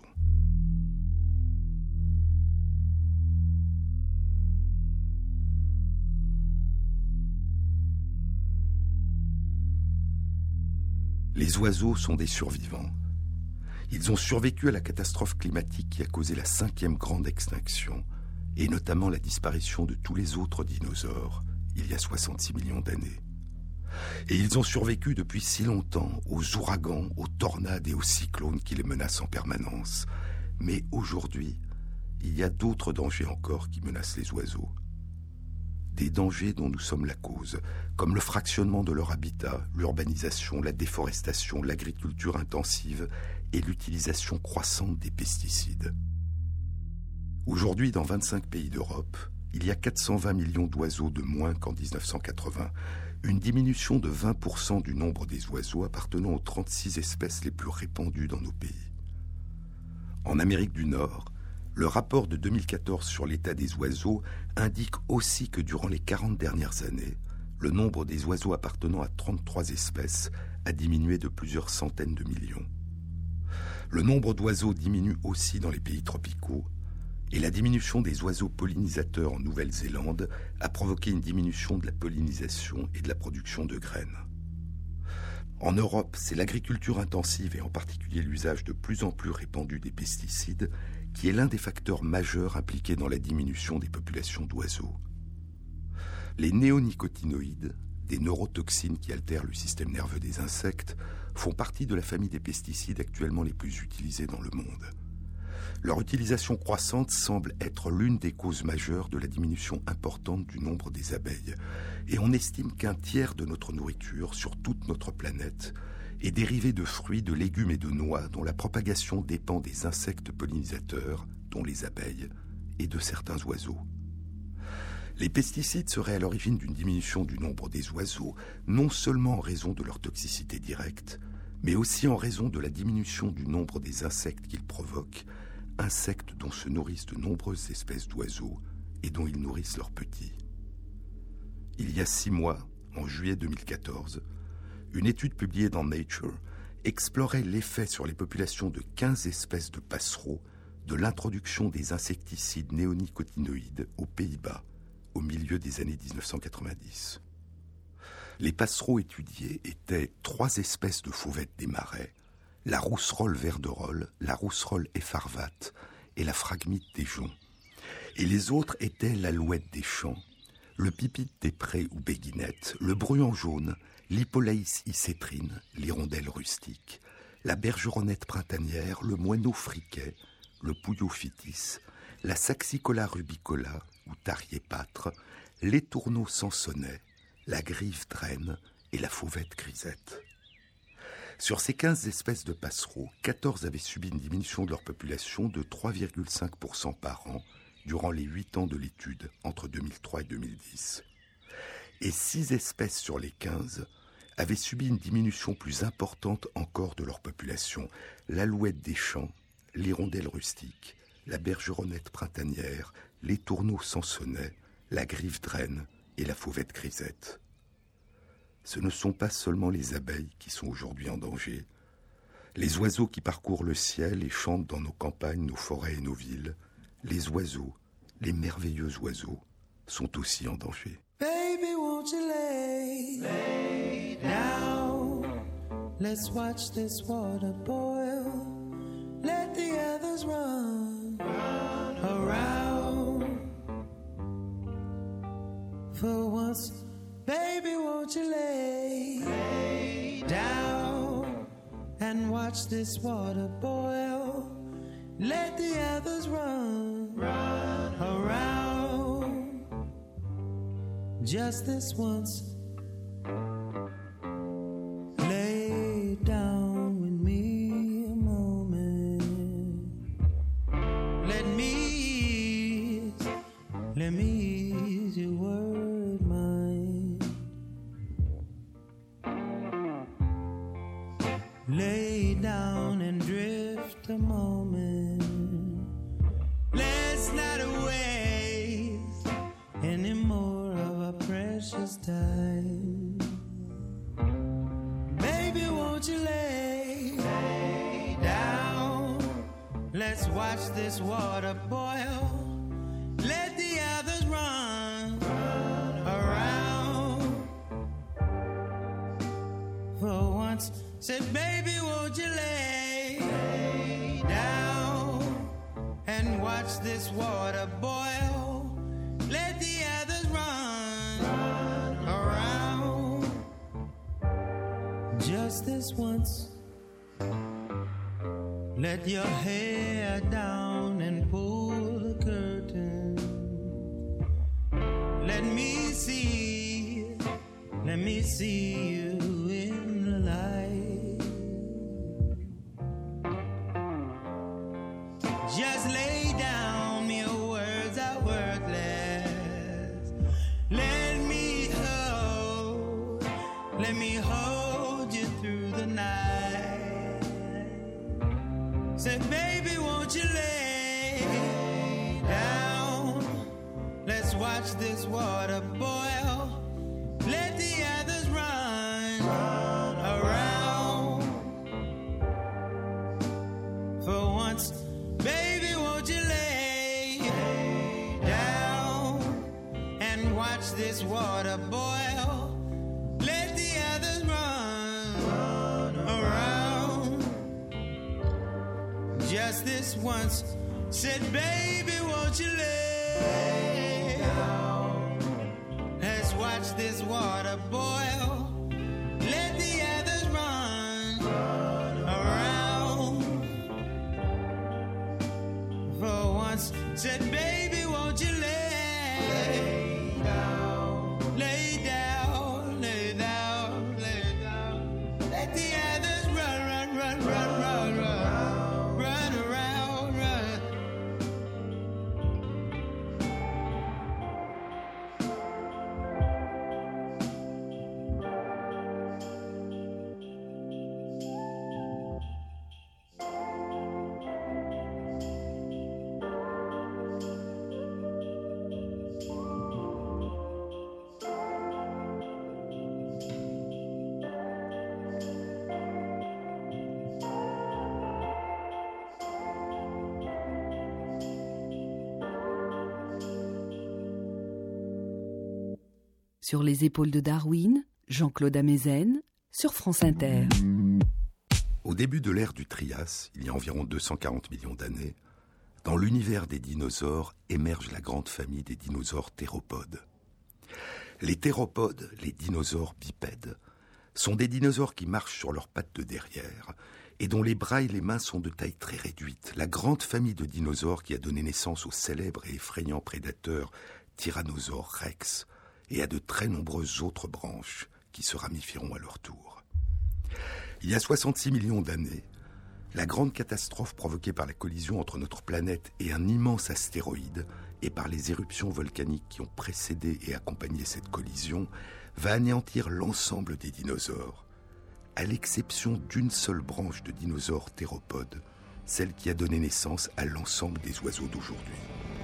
Les oiseaux sont des survivants. Ils ont survécu à la catastrophe climatique qui a causé la 5e grande extinction, et notamment la disparition de tous les autres dinosaures, il y a 66 millions d'années. Et ils ont survécu depuis si longtemps aux ouragans, aux tornades et aux cyclones qui les menacent en permanence. Mais aujourd'hui, il y a d'autres dangers encore qui menacent les oiseaux. Des dangers dont nous sommes la cause, comme le fractionnement de leur habitat, l'urbanisation, la déforestation, l'agriculture intensive et l'utilisation croissante des pesticides. Aujourd'hui, dans 25 pays d'Europe, il y a 420 millions d'oiseaux de moins qu'en 1980, une diminution de 20% du nombre des oiseaux appartenant aux 36 espèces les plus répandues dans nos pays. En Amérique du Nord, le rapport de 2014 sur l'état des oiseaux indique aussi que durant les 40 dernières années, le nombre des oiseaux appartenant à 33 espèces a diminué de plusieurs centaines de millions. Le nombre d'oiseaux diminue aussi dans les pays tropicaux, et la diminution des oiseaux pollinisateurs en Nouvelle-Zélande a provoqué une diminution de la pollinisation et de la production de graines. En Europe, c'est l'agriculture intensive et en particulier l'usage de plus en plus répandu des pesticides qui est l'un des facteurs majeurs impliqués dans la diminution des populations d'oiseaux. Les néonicotinoïdes, des neurotoxines qui altèrent le système nerveux des insectes, font partie de la famille des pesticides actuellement les plus utilisés dans le monde. Leur utilisation croissante semble être l'une des causes majeures de la diminution importante du nombre des abeilles. Et on estime qu'un tiers de notre nourriture sur toute notre planète est dérivée de fruits, de légumes et de noix dont la propagation dépend des insectes pollinisateurs, dont les abeilles, et de certains oiseaux. Les pesticides seraient à l'origine d'une diminution du nombre des oiseaux, non seulement en raison de leur toxicité directe, mais aussi en raison de la diminution du nombre des insectes qu'ils provoquent, insectes dont se nourrissent de nombreuses espèces d'oiseaux et dont ils nourrissent leurs petits. Il y a 6 mois, en juillet 2014, une étude publiée dans Nature explorait l'effet sur les populations de 15 espèces de passereaux de l'introduction des insecticides néonicotinoïdes aux Pays-Bas au milieu des années 1990. Les passereaux étudiés étaient 3 espèces de fauvettes des marais, la rousserolle verderolle, la rousserolle effarvate et la phragmite des joncs. Et les autres étaient l'alouette des champs, le pipite des prés ou béguinette, le bruant jaune, l'Hippolaïs icétrine, l'hirondelle rustique, la bergeronnette printanière, le moineau friquet, le pouillophytis, la saxicola rubicola ou tariépâtre, l'étourneau sansonnet, la grive draine et la fauvette grisette. Sur ces 15 espèces de passereaux, 14 avaient subi une diminution de leur population de 3,5% par an durant les 8 ans de l'étude, entre 2003 et 2010. Et 6 espèces sur les 15 avaient subi une diminution plus importante encore de leur population, l'alouette des champs, l'hirondelle rustique, la bergeronnette printanière, l'étourneau sansonnet, la grive draine et la fauvette grisette. Ce ne sont pas seulement les abeilles qui sont aujourd'hui en danger. Les oiseaux qui parcourent le ciel et chantent dans nos campagnes, nos forêts et nos villes, les oiseaux, les merveilleux oiseaux, sont aussi en danger. Baby, won't you lay down? Let's watch this water boil. Let the others run around. For once, baby, won't you lay down and watch this water boil? Let the others run just this once. Lay down with me a moment. Let me ease your word mind. Lay down and drift a moment. Let's not waste any more of our precious time. Baby, won't you lay down? Let's watch this water boil. Let the others run around. For once, said, baby, won't you lay down and watch this water boil? Let the others run around. Just this once. Let your hair down and pull the curtain. Let me see you in the light. Just lay down, your words are worthless. Let me hold you through the night. Say, baby, won't you lay down? Let's watch this water boil. Let the others run around. For once, baby, won't you lay down and watch this water boil? Let the others run around. Just this once, said, baby, won't you lay down? Let's watch this water boil. Let the others run around. For once, said, baby, won't you lay down? Lay down, lay down, lay down. Let the others run, run, run, run, run, run. Run around, run. Sur les épaules de Darwin, Jean-Claude Amezen, sur France Inter. Au début de l'ère du Trias, il y a environ 240 millions d'années, dans l'univers des dinosaures émerge la grande famille des dinosaures théropodes. Les théropodes, les dinosaures bipèdes, sont des dinosaures qui marchent sur leurs pattes de derrière et dont les bras et les mains sont de taille très réduite. La grande famille de dinosaures qui a donné naissance au célèbre et effrayant prédateur Tyrannosaure Rex et à de très nombreuses autres branches qui se ramifieront à leur tour. Il y a 66 millions d'années, la grande catastrophe provoquée par la collision entre notre planète et un immense astéroïde et par les éruptions volcaniques qui ont précédé et accompagné cette collision va anéantir l'ensemble des dinosaures, à l'exception d'une seule branche de dinosaures théropodes, celle qui a donné naissance à l'ensemble des oiseaux d'aujourd'hui.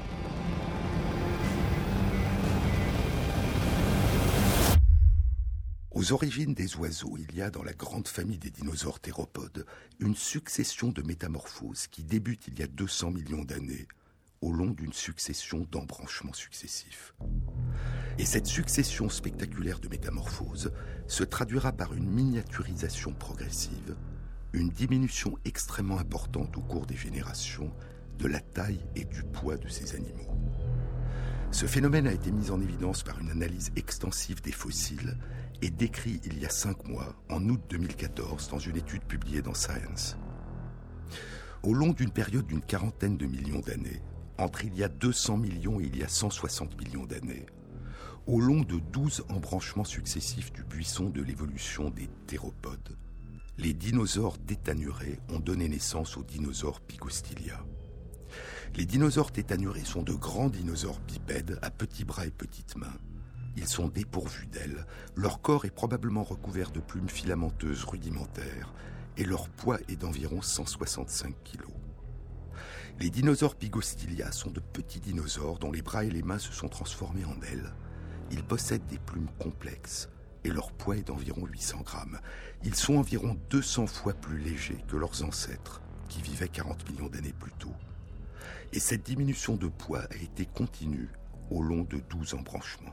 Aux origines des oiseaux, il y a dans la grande famille des dinosaures théropodes une succession de métamorphoses qui débute il y a 200 millions d'années au long d'une succession d'embranchements successifs. Et cette succession spectaculaire de métamorphoses se traduira par une miniaturisation progressive, une diminution extrêmement importante au cours des générations de la taille et du poids de ces animaux. Ce phénomène a été mis en évidence par une analyse extensive des fossiles et décrit il y a 5 mois, en août 2014, dans une étude publiée dans Science. Au long d'une période d'une quarantaine de millions d'années, entre il y a 200 millions et il y a 160 millions d'années, Au long de 12 embranchements successifs du buisson de l'évolution des théropodes, les dinosaures tétanurés ont donné naissance aux dinosaures Pygostylia. Les dinosaures tétanurés sont de grands dinosaures bipèdes à petits bras et petites mains. Ils sont dépourvus d'ailes, leur corps est probablement recouvert de plumes filamenteuses rudimentaires et leur poids est d'environ 165 kg. Les dinosaures Pygostylia sont de petits dinosaures dont les bras et les mains se sont transformés en ailes. Ils possèdent des plumes complexes et leur poids est d'environ 800 grammes. Ils sont environ 200 fois plus légers que leurs ancêtres qui vivaient 40 millions d'années plus tôt. Et cette diminution de poids a été continue au long de 12 embranchements.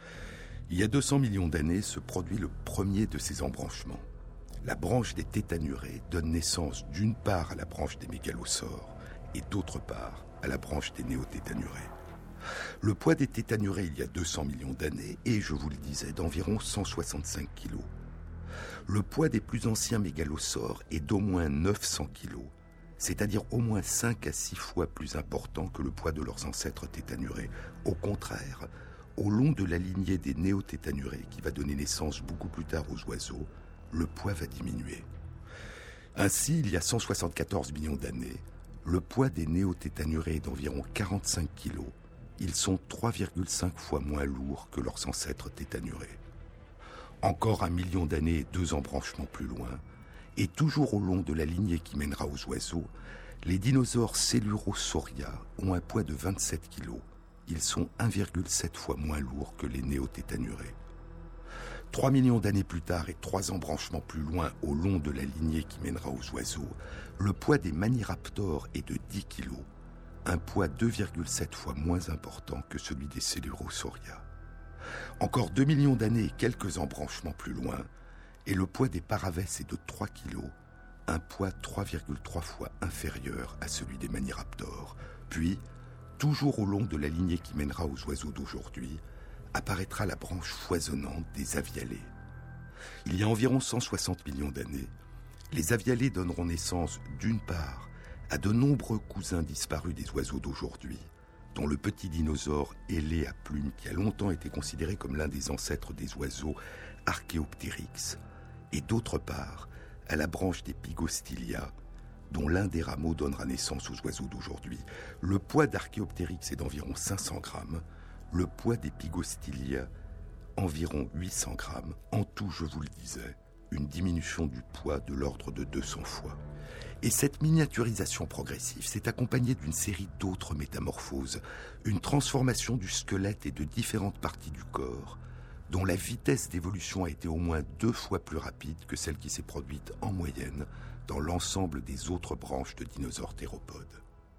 Il y a 200 millions d'années se produit le premier de ces embranchements. La branche des tétanurés donne naissance d'une part à la branche des mégalosaures et d'autre part à la branche des néotétanurés. Le poids des tétanurés il y a 200 millions d'années est, je vous le disais, d'environ 165 kg. Le poids des plus anciens mégalosaures est d'au moins 900 kg, c'est-à-dire au moins 5 à 6 fois plus important que le poids de leurs ancêtres tétanurés. Au contraire, au long de la lignée des néotétanurés, qui va donner naissance beaucoup plus tard aux oiseaux, le poids va diminuer. Ainsi, il y a 174 millions d'années, le poids des néotétanurés est d'environ 45 kg. Ils sont 3,5 fois moins lourds que leurs ancêtres tétanurés. Encore 1 million d'années et 2 embranchements plus loin, et toujours au long de la lignée qui mènera aux oiseaux, les dinosaures Coelurosauria ont un poids de 27 kg. Ils sont 1,7 fois moins lourds que les néotétanurés. 3 millions d'années plus tard et 3 embranchements plus loin au long de la lignée qui mènera aux oiseaux, le poids des Maniraptors est de 10 kg, un poids 2,7 fois moins important que celui des Coelurosauria. Encore 2 millions d'années et quelques embranchements plus loin, et le poids des Paravès est de 3 kg, un poids 3,3 fois inférieur à celui des Maniraptors. Puis, toujours au long de la lignée qui mènera aux oiseaux d'aujourd'hui, apparaîtra la branche foisonnante des avialés. Il y a environ 160 millions d'années, les avialés donneront naissance d'une part à de nombreux cousins disparus des oiseaux d'aujourd'hui, dont le petit dinosaure ailé à plumes qui a longtemps été considéré comme l'un des ancêtres des oiseaux, Archaeopteryx, et d'autre part à la branche des Pygostylia, dont l'un des rameaux donnera naissance aux oiseaux d'aujourd'hui. Le poids d'Archaeopteryx est d'environ 500 grammes, le poids des Pygostylia environ 800 grammes. En tout, je vous le disais, une diminution du poids de l'ordre de 200 fois. Et cette miniaturisation progressive s'est accompagnée d'une série d'autres métamorphoses, une transformation du squelette et de différentes parties du corps, dont la vitesse d'évolution a été au moins 2 fois plus rapide que celle qui s'est produite en moyenne dans l'ensemble des autres branches de dinosaures théropodes.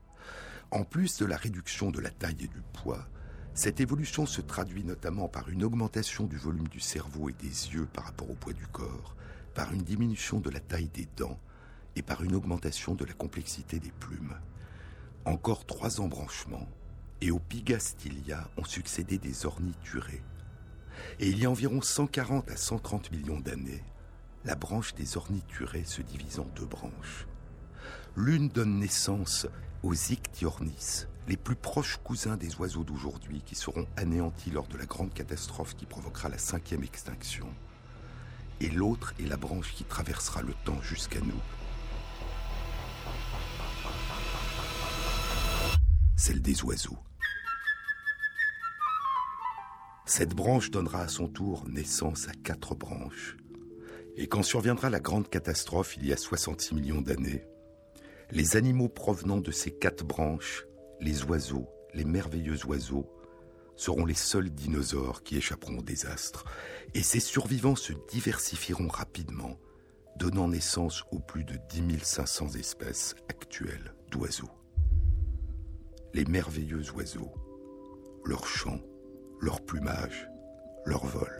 En plus de la réduction de la taille et du poids, cette évolution se traduit notamment par une augmentation du volume du cerveau et des yeux par rapport au poids du corps, par une diminution de la taille des dents et par une augmentation de la complexité des plumes. Encore 3 embranchements, et aux Pygastylia ont succédé des ornithurés. Et il y a environ 140 à 130 millions d'années, la branche des ornithurés se divise en 2 branches. L'une donne naissance aux Ichthyornis, les plus proches cousins des oiseaux d'aujourd'hui qui seront anéantis lors de la grande catastrophe qui provoquera la 5e extinction. Et l'autre est la branche qui traversera le temps jusqu'à nous. Celle des oiseaux. Cette branche donnera à son tour naissance à 4 branches. Et quand surviendra la grande catastrophe il y a 66 millions d'années, les animaux provenant de ces 4 branches, les oiseaux, les merveilleux oiseaux, seront les seuls dinosaures qui échapperont au désastre. Et ces survivants se diversifieront rapidement, donnant naissance aux plus de 10 500 espèces actuelles d'oiseaux. Les merveilleux oiseaux, leur chant, leur plumage, leur vol.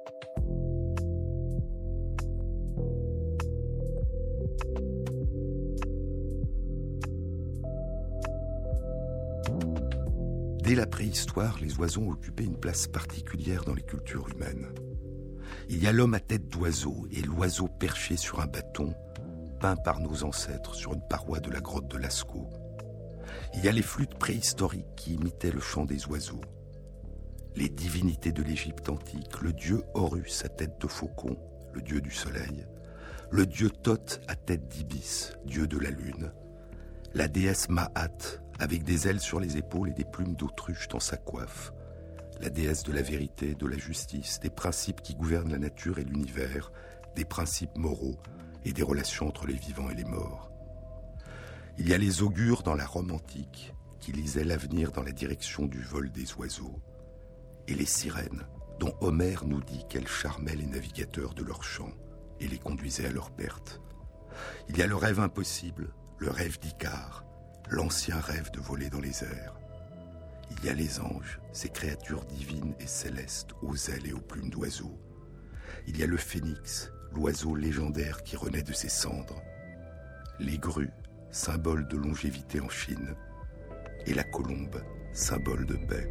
Dès la préhistoire, les oiseaux ont occupé une place particulière dans les cultures humaines. Il y a l'homme à tête d'oiseau et l'oiseau perché sur un bâton, peint par nos ancêtres sur une paroi de la grotte de Lascaux. Il y a les flûtes préhistoriques qui imitaient le chant des oiseaux. les divinités de l'Égypte antique, le dieu Horus à tête de faucon, le dieu du soleil, le dieu Thoth à tête d'ibis, dieu de la lune, la déesse Ma'at avec des ailes sur les épaules et des plumes d'autruche dans sa coiffe, la déesse de la vérité, de la justice, des principes qui gouvernent la nature et l'univers, des principes moraux et des relations entre les vivants et les morts. Il y a les augures dans la Rome antique qui lisaient l'avenir dans la direction du vol des oiseaux, et les sirènes dont Homère nous dit qu'elles charmaient les navigateurs de leurs champs et les conduisaient à leur perte. Il y a le rêve impossible, le rêve d'Icare, l'ancien rêve de voler dans les airs. Il y a les anges, ces créatures divines et célestes aux ailes et aux plumes d'oiseaux. Il y a le phénix, l'oiseau légendaire qui renaît de ses cendres. Les grues, symbole de longévité en Chine. Et la colombe, symbole de paix.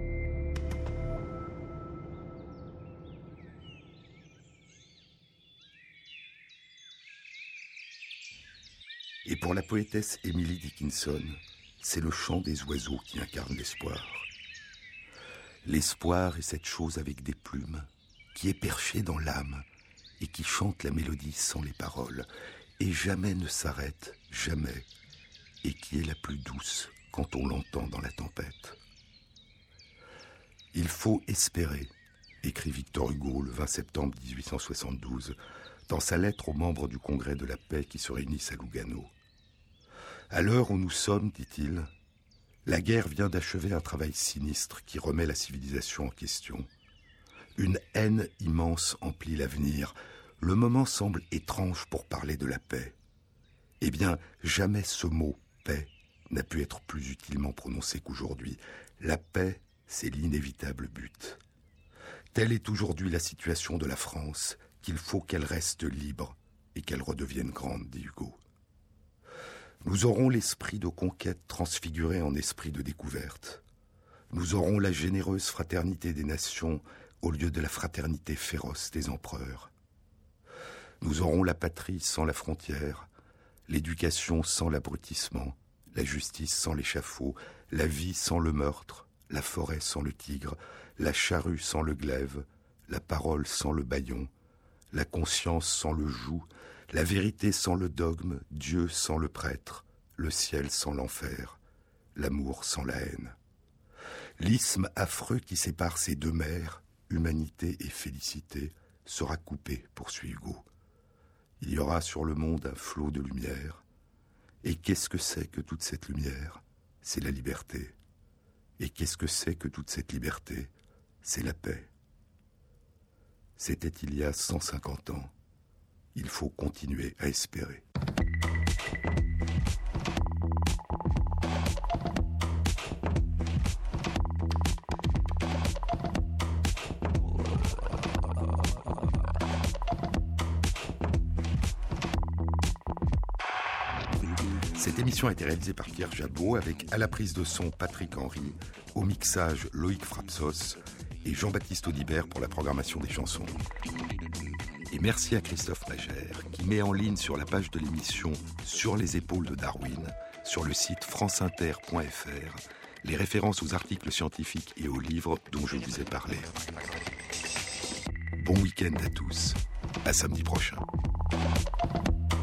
Et pour la poétesse Emily Dickinson, c'est le chant des oiseaux qui incarne l'espoir. L'espoir est cette chose avec des plumes, qui est perchée dans l'âme et qui chante la mélodie sans les paroles, et jamais ne s'arrête, jamais, et qui est la plus douce quand on l'entend dans la tempête. Il faut espérer, écrit Victor Hugo le 20 septembre 1872, dans sa lettre aux membres du Congrès de la paix qui se réunissent à Lugano. À l'heure où nous sommes, dit-il, la guerre vient d'achever un travail sinistre qui remet la civilisation en question. Une haine immense emplit l'avenir. Le moment semble étrange pour parler de la paix. Eh bien, jamais ce mot « paix » n'a pu être plus utilement prononcé qu'aujourd'hui. La paix, c'est l'inévitable but. Telle est aujourd'hui la situation de la France, qu'il faut qu'elle reste libre et qu'elle redevienne grande, dit Hugo. Nous aurons l'esprit de conquête transfiguré en esprit de découverte. Nous aurons la généreuse fraternité des nations au lieu de la fraternité féroce des empereurs. Nous aurons la patrie sans la frontière, l'éducation sans l'abrutissement, la justice sans l'échafaud, la vie sans le meurtre, la forêt sans le tigre, la charrue sans le glaive, la parole sans le bâillon, la conscience sans le joug, la vérité sans le dogme, Dieu sans le prêtre, le ciel sans l'enfer, l'amour sans la haine. L'isthme affreux qui sépare ces deux mers, humanité et félicité, sera coupé, poursuit Hugo. Il y aura sur le monde un flot de lumière. Et qu'est-ce que c'est que toute cette lumière ? C'est la liberté. Et qu'est-ce que c'est que toute cette liberté ? C'est la paix. C'était il y a 150 ans. Il faut continuer à espérer. Cette émission a été réalisée par Pierre Jabot avec à la prise de son Patrick Henry, au mixage Loïc Frapsos et Jean-Baptiste Audibert pour la programmation des chansons. Et merci à Christophe Magère qui met en ligne sur la page de l'émission Sur les épaules de Darwin, sur le site franceinter.fr, les références aux articles scientifiques et aux livres dont je vous ai parlé. Bon week-end à tous. À samedi prochain.